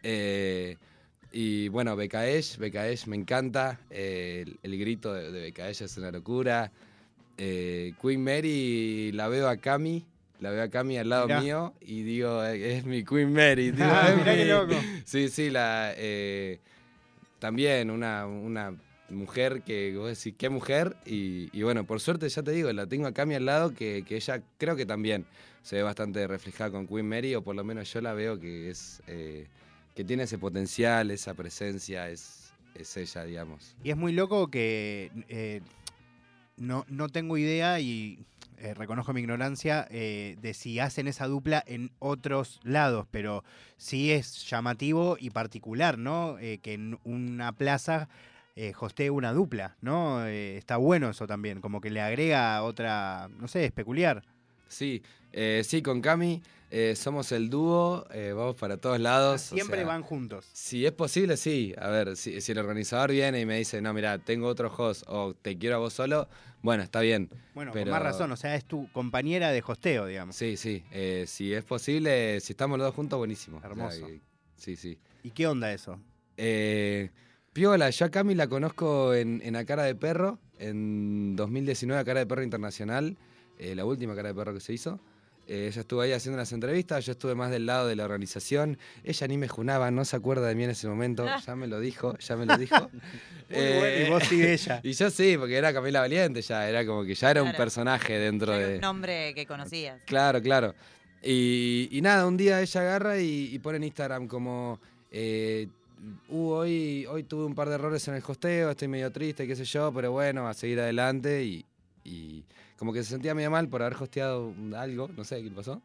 eh, y bueno, Becaesh, Becaesh me encanta, eh, el, el grito de, de Becaesh es una locura. Eh, Queen Mary la veo a Cami, la veo a Cami al lado Mirá. mío y digo, eh, es mi Queen Mary. Digo, Ah, es mirá mi- qué loco. Sí, sí, la, eh, también una, una mujer que vos decís, ¿qué mujer? Y, y bueno, por suerte ya te digo, la tengo a Cami al lado, que, que ella creo que también se ve bastante reflejada con Queen Mary, o por lo menos yo la veo que es eh, que tiene ese potencial, esa presencia, es, es ella, digamos. Y es muy loco que eh, no, no tengo idea y eh, reconozco mi ignorancia eh, de si hacen esa dupla en otros lados, pero sí es llamativo y particular, ¿no? Eh, que en una plaza eh, hostee una dupla, ¿no? Eh, está bueno eso también, como que le agrega otra, no sé, es peculiar. Sí, eh, sí, con Cami eh, somos el dúo, eh, vamos para todos lados. o Siempre sea, van juntos. Si es posible, sí. A ver, si, si el organizador viene y me dice, no, mira, tengo otro host o te quiero a vos solo, bueno, está bien. Bueno, pero- con más razón, o sea, es tu compañera de hosteo, digamos. Sí, sí. eh, si es posible, si estamos los dos juntos, buenísimo. O sea, Hermoso. que- sí, sí. ¿Y qué onda eso? Eh, Piola, yo a Cami la conozco en, en A Cara de Perro, en dos mil diecinueve, A Cara de Perro Internacional, eh, la última Cara de Perro que se hizo. Eh, ella estuvo ahí haciendo las entrevistas, yo estuve más del lado de la organización. Ella ni me junaba, no se acuerda de mí en ese momento. Ya me lo dijo, ya me lo dijo. Eh, y vos sí de ella. Y yo sí, porque era Camila Valiente ya, era como que ya era un Claro. personaje dentro Era de... un nombre que conocías. Claro, claro. Y, y nada, un día ella agarra y, y pone en Instagram como... Eh, uh, hoy, hoy tuve un par de errores en el hosteo, estoy medio triste, qué sé yo, pero bueno, a seguir adelante y... y como que se sentía medio mal por haber hosteado algo, no sé qué pasó.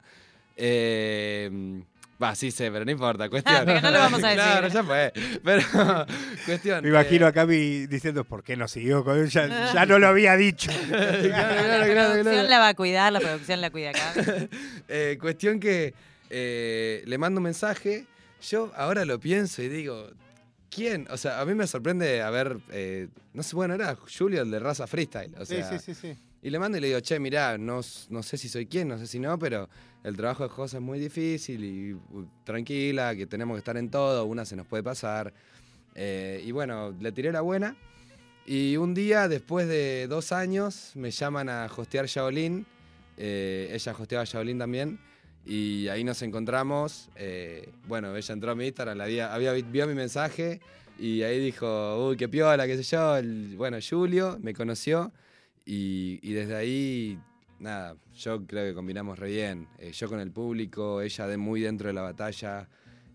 Eh, Va, sí sé, pero no importa, cuestión. Pero no lo vamos a decir. Claro, ya fue. Pero, cuestión. Me imagino eh, a Cami diciendo, ¿por qué no siguió con ella? Ya no lo había dicho. claro, La claro, claro, producción claro. la va a cuidar, la producción la cuida acá. Eh, cuestión que eh, le mando un mensaje, yo ahora lo pienso y digo, ¿quién? O sea, a mí me sorprende haber, eh, no sé, bueno, era Julio el de Raza Freestyle, o sea, sí, sí, sí, sí. y le mando y le digo, che, mirá, no, no sé si soy quién, no sé si no, pero el trabajo de José es muy difícil y uh, tranquila, que tenemos que estar en todo, una se nos puede pasar. Eh, y bueno, le tiré la buena. Y un día, después de dos años, me llaman a hostear Shaolin. Eh, ella hosteaba Shaolin también. Y ahí nos encontramos. Eh, bueno, ella entró a mi Instagram, la había, había, vio mi mensaje y ahí dijo, uy, qué piola, qué sé yo. El, bueno, Julio me conoció. Y, y desde ahí, nada, yo creo que combinamos re bien. Eh, yo con el público, ella de muy dentro de la batalla.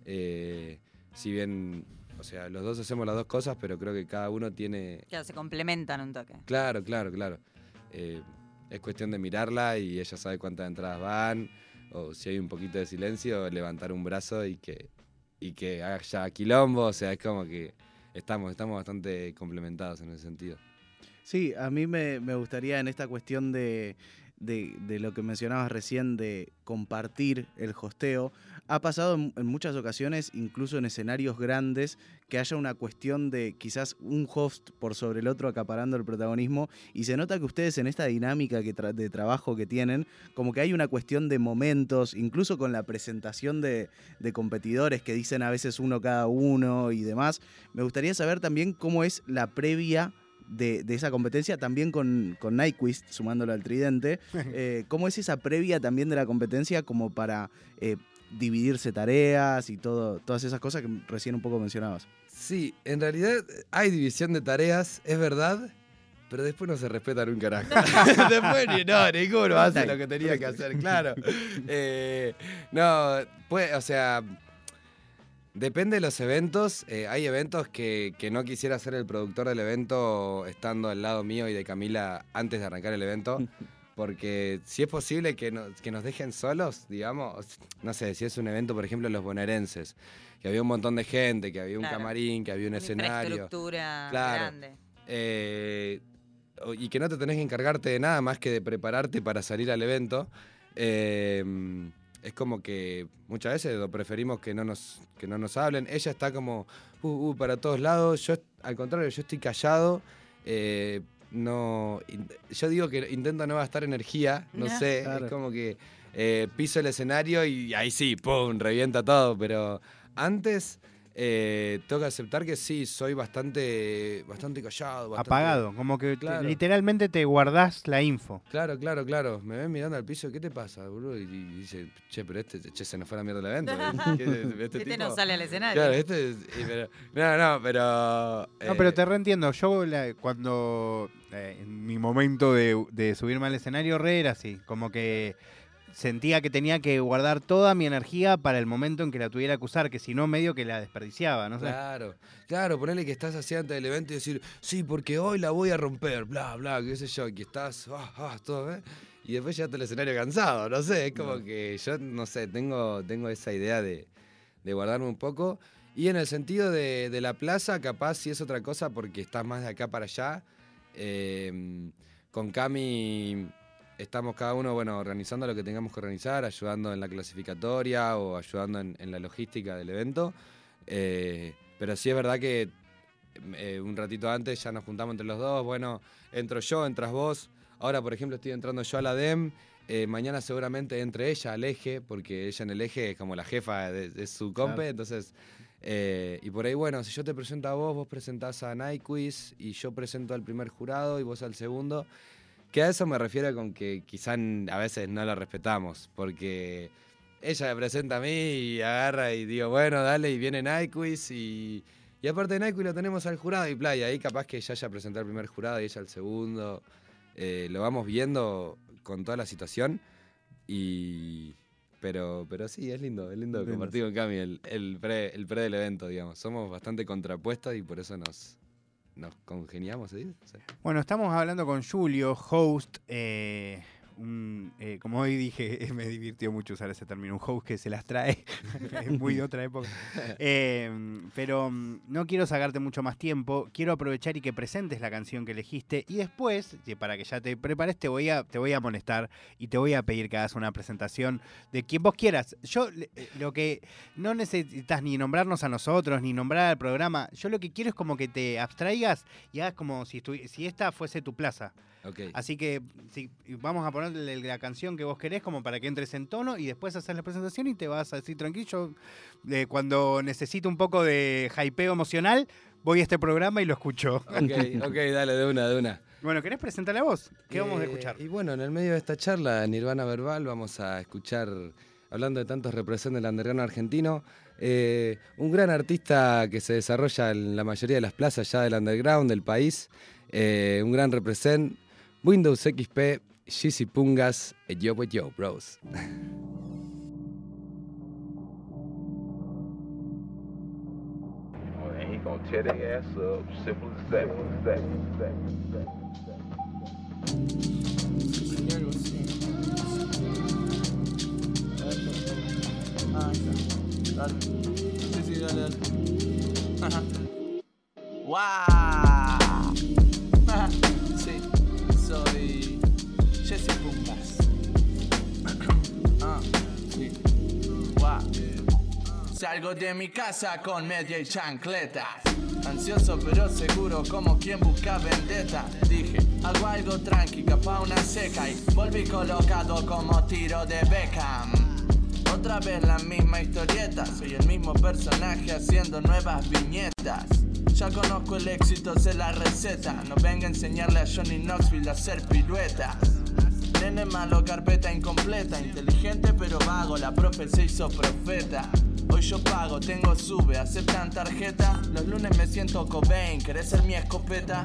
Eh, si bien, o sea, los dos hacemos las dos cosas, pero creo que cada uno tiene... Claro, se complementan un toque. Claro, claro, claro. Eh, es cuestión de mirarla y ella sabe cuántas entradas van. O si hay un poquito de silencio, levantar un brazo y que, y que haya quilombo. O sea, es como que estamos, estamos bastante complementados en ese sentido. Sí, a mí me, me gustaría en esta cuestión de, de, de lo que mencionabas recién, de compartir el hosteo. Ha pasado en, en muchas ocasiones, incluso en escenarios grandes, que haya una cuestión de quizás un host por sobre el otro acaparando el protagonismo, y se nota que ustedes en esta dinámica que tra- de trabajo que tienen, como que hay una cuestión de momentos, incluso con la presentación de, de competidores que dicen a veces uno cada uno y demás. Me gustaría saber también cómo es la previa De, de esa competencia, también con, con Nyquist, sumándolo al tridente. Eh, ¿Cómo es esa previa también de la competencia como para eh, dividirse tareas y todo, todas esas cosas que recién un poco mencionabas? Sí, en realidad hay división de tareas, es verdad, pero después no se respetan un carajo. Después ni no, ninguno hace lo que tenía que hacer, claro. Eh, no, pues, o sea... Depende de los eventos. Eh, hay eventos que, que no quisiera ser el productor del evento estando al lado mío y de Camila antes de arrancar el evento. Porque si es posible que, no, que nos dejen solos, digamos, no sé, si es un evento, por ejemplo, los bonaerenses, que había un montón de gente, que había un Claro. camarín, que había un Una escenario. infraestructura Claro. grande. Eh, y que no te tenés que encargarte de nada más que de prepararte para salir al evento. Eh, es como que muchas veces lo preferimos que no nos, que no nos hablen. Ella está como uh, uh, para todos lados. Yo, al contrario, yo estoy callado. Eh, no, in- yo digo que intento no gastar energía. No Ya. sé, Claro. es como que eh, piso el escenario y ahí sí, ¡pum!, revienta todo. Pero antes... Eh, tengo que aceptar que sí, soy bastante, bastante callado. Bastante, Apagado, como que te- Claro. literalmente te guardás la info. Claro, claro, claro. Me ven mirando al piso, ¿qué te pasa, boludo? Y, y dice, che, pero este, che, se nos fue la mierda el evento. ¿Qué- este Este tipo? no sale al escenario. Claro, este es- y pero- no, no, pero... No, eh, pero te reentiendo. Yo la- cuando, eh, en mi momento de, de subirme al escenario, re era así. Como que sentía que tenía que guardar toda mi energía para el momento en que la tuviera que usar, que si no, medio que la desperdiciaba, no sé. Claro, claro, ponele que estás así antes del evento y decir, sí, porque hoy la voy a romper, bla, bla, qué sé yo, y que estás, ah, ah, todo, ¿eh? Y después llegaste al escenario cansado, no sé, es como No. que yo, no sé, tengo, tengo esa idea de, de guardarme un poco. Y en el sentido de, de la plaza, capaz sí es otra cosa porque estás más de acá para allá. Eh, con Cami estamos cada uno, bueno, organizando lo que tengamos que organizar, ayudando en la clasificatoria o ayudando en, en la logística del evento. Eh, pero sí es verdad que eh, un ratito antes ya nos juntamos entre los dos. Bueno, entro yo, entras vos. Ahora, por ejemplo, estoy entrando yo a la D E M. Eh, mañana seguramente entre ella al eje, porque ella en el eje es como la jefa de, de su compe. Claro. Entonces, eh, y por ahí, bueno, si yo te presento a vos, vos presentás a Nyquist y yo presento al primer jurado y vos al segundo. Que a eso me refiero con que quizá a veces no lo respetamos, porque ella me presenta a mí y agarra y digo, bueno, dale, y viene Nyquist y, y aparte de Nyquist lo tenemos al jurado y playa. Ahí capaz que ella ya presentó el primer jurado y ella el segundo. Eh, lo vamos viendo con toda la situación y... Pero, pero sí, es lindo, es lindo compartir con Cami el, el, pre, el pre del evento, digamos. Somos bastante contrapuestos y por eso nos... Nos congeniamos, ¿sí? Sí. Bueno, estamos hablando con Julio, host, eh, un, eh, como hoy dije, me divirtió mucho usar ese término, un host que se las trae, es muy de otra época. Eh, pero no quiero sacarte mucho más tiempo, quiero aprovechar y que presentes la canción que elegiste y después, para que ya te prepares, te voy a, te voy a molestar y te voy a pedir que hagas una presentación de quien vos quieras. Yo lo que no necesitas ni nombrarnos a nosotros, ni nombrar al programa, yo lo que quiero es como que te abstraigas y hagas como si, si esta fuese tu plaza. Okay. Así que si, vamos a ponerle la canción que vos querés como para que entres en tono y después haces la presentación y te vas a decir tranquilo. Eh, cuando necesito un poco de hypeo emocional, voy a este programa y lo escucho. Ok, ok, dale, de una, de una. Bueno, ¿querés presentarla vos? ¿Qué eh, vamos a escuchar? Y bueno, en el medio de esta charla, Nirvana Verbal, vamos a escuchar, hablando de tantos representantes del underground argentino, eh, un gran artista que se desarrolla en la mayoría de las plazas ya del underground del país, eh, un gran represent, Windows X P, Yeezy Pungas, Yo With Yo, bros. He gonna tear their ass up, simple as that. Sí, sí, dale, dale. ¡Wow! Sí, soy Yeezy Pungas. Ah, sí. ¡Wow! Salgo de mi casa con media y chancletas, ansioso pero seguro como quien busca vendetta. Dije, hago algo tranqui, capa una seca y volví colocado como tiro de Beckham. Otra vez la misma historieta, soy el mismo personaje haciendo nuevas viñetas. Ya conozco el éxito, sé la receta, no venga a enseñarle a Johnny Knoxville a hacer piruetas. Nene malo, carpeta incompleta, inteligente pero vago, la profe se hizo profeta. Hoy yo pago, tengo sube, aceptan tarjeta. Los lunes me siento Cobain, ¿querés ser mi escopeta?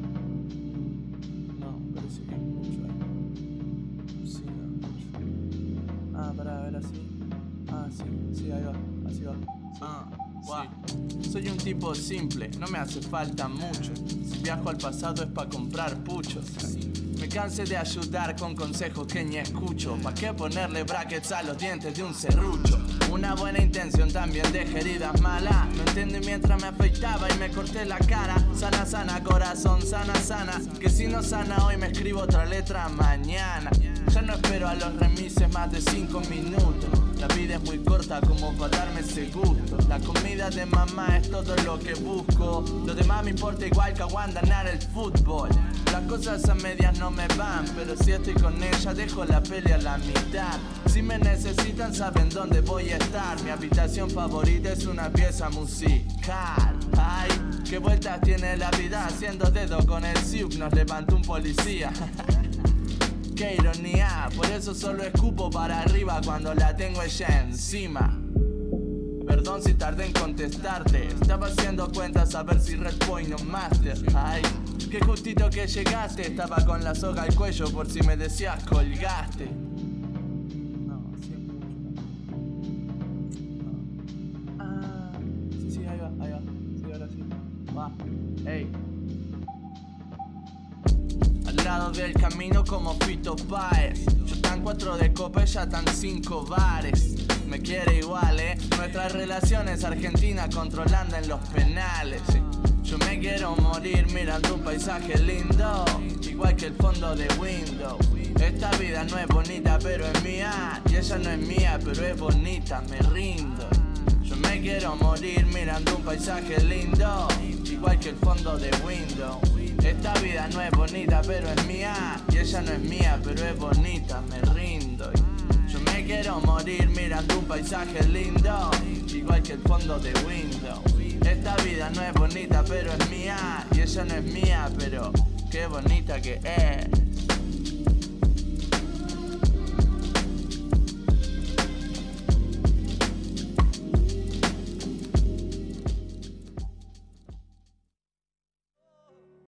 No, parece que mucho ahí. Sí, no, ah, pará, a ver así. Ah, sí, sí, ahí va, así va. Ah, wow. Sí. Soy un tipo simple, no me hace falta mucho. Si viajo al pasado es pa' comprar puchos. Me cansé de ayudar con consejos que ni escucho. ¿Pa' qué ponerle brackets a los dientes de un serrucho? Una buena intención también deja heridas malas. No entendí mientras me afeitaba y me corté la cara. Sana, sana, corazón, sana, sana. Que si no sana hoy me escribo otra letra mañana. Ya no espero a los remises más de cinco minutos. La vida es muy corta como para darme ese gusto. La comida de mamá es todo lo que busco. Lo demás me importa igual que aguant ganar el fútbol. Las cosas a medias no me van, pero si estoy con ella dejo la pelea a la mitad. Si me necesitan saben dónde voy a estar. Mi habitación favorita es una pieza musical. Ay, qué vueltas tiene la vida. Haciendo dedo con el siup nos levantó un policía. Qué ironía, por eso solo escupo para arriba cuando la tengo ella encima. Perdón si tardé en contestarte, estaba haciendo cuentas a ver si Red Point o Master. Ay, qué justito que llegaste, estaba con la soga al cuello por si me decías colgaste. No, siempre mucho. Ah, sí, sí, ahí va, ahí va. Sí, ahora sí. Va, ey. Al lado del camino como Fito Páez. Yo tan cuatro de copa, ella tan cinco bares. Me quiere igual, eh. Nuestra relación es Argentina controlando en los penales, eh. Yo me quiero morir mirando un paisaje lindo, igual que el fondo de Windows. Esta vida no es bonita pero es mía, y ella no es mía pero es bonita, me rindo. Yo me quiero morir mirando un paisaje lindo, igual que el fondo de Windows. Esta vida no es bonita pero es mía, y ella no es mía pero es bonita, me rindo. Yo me quiero morir mirando un paisaje lindo, igual que el fondo de Windows. Esta vida no es bonita pero es mía, y ella no es mía pero qué bonita que es.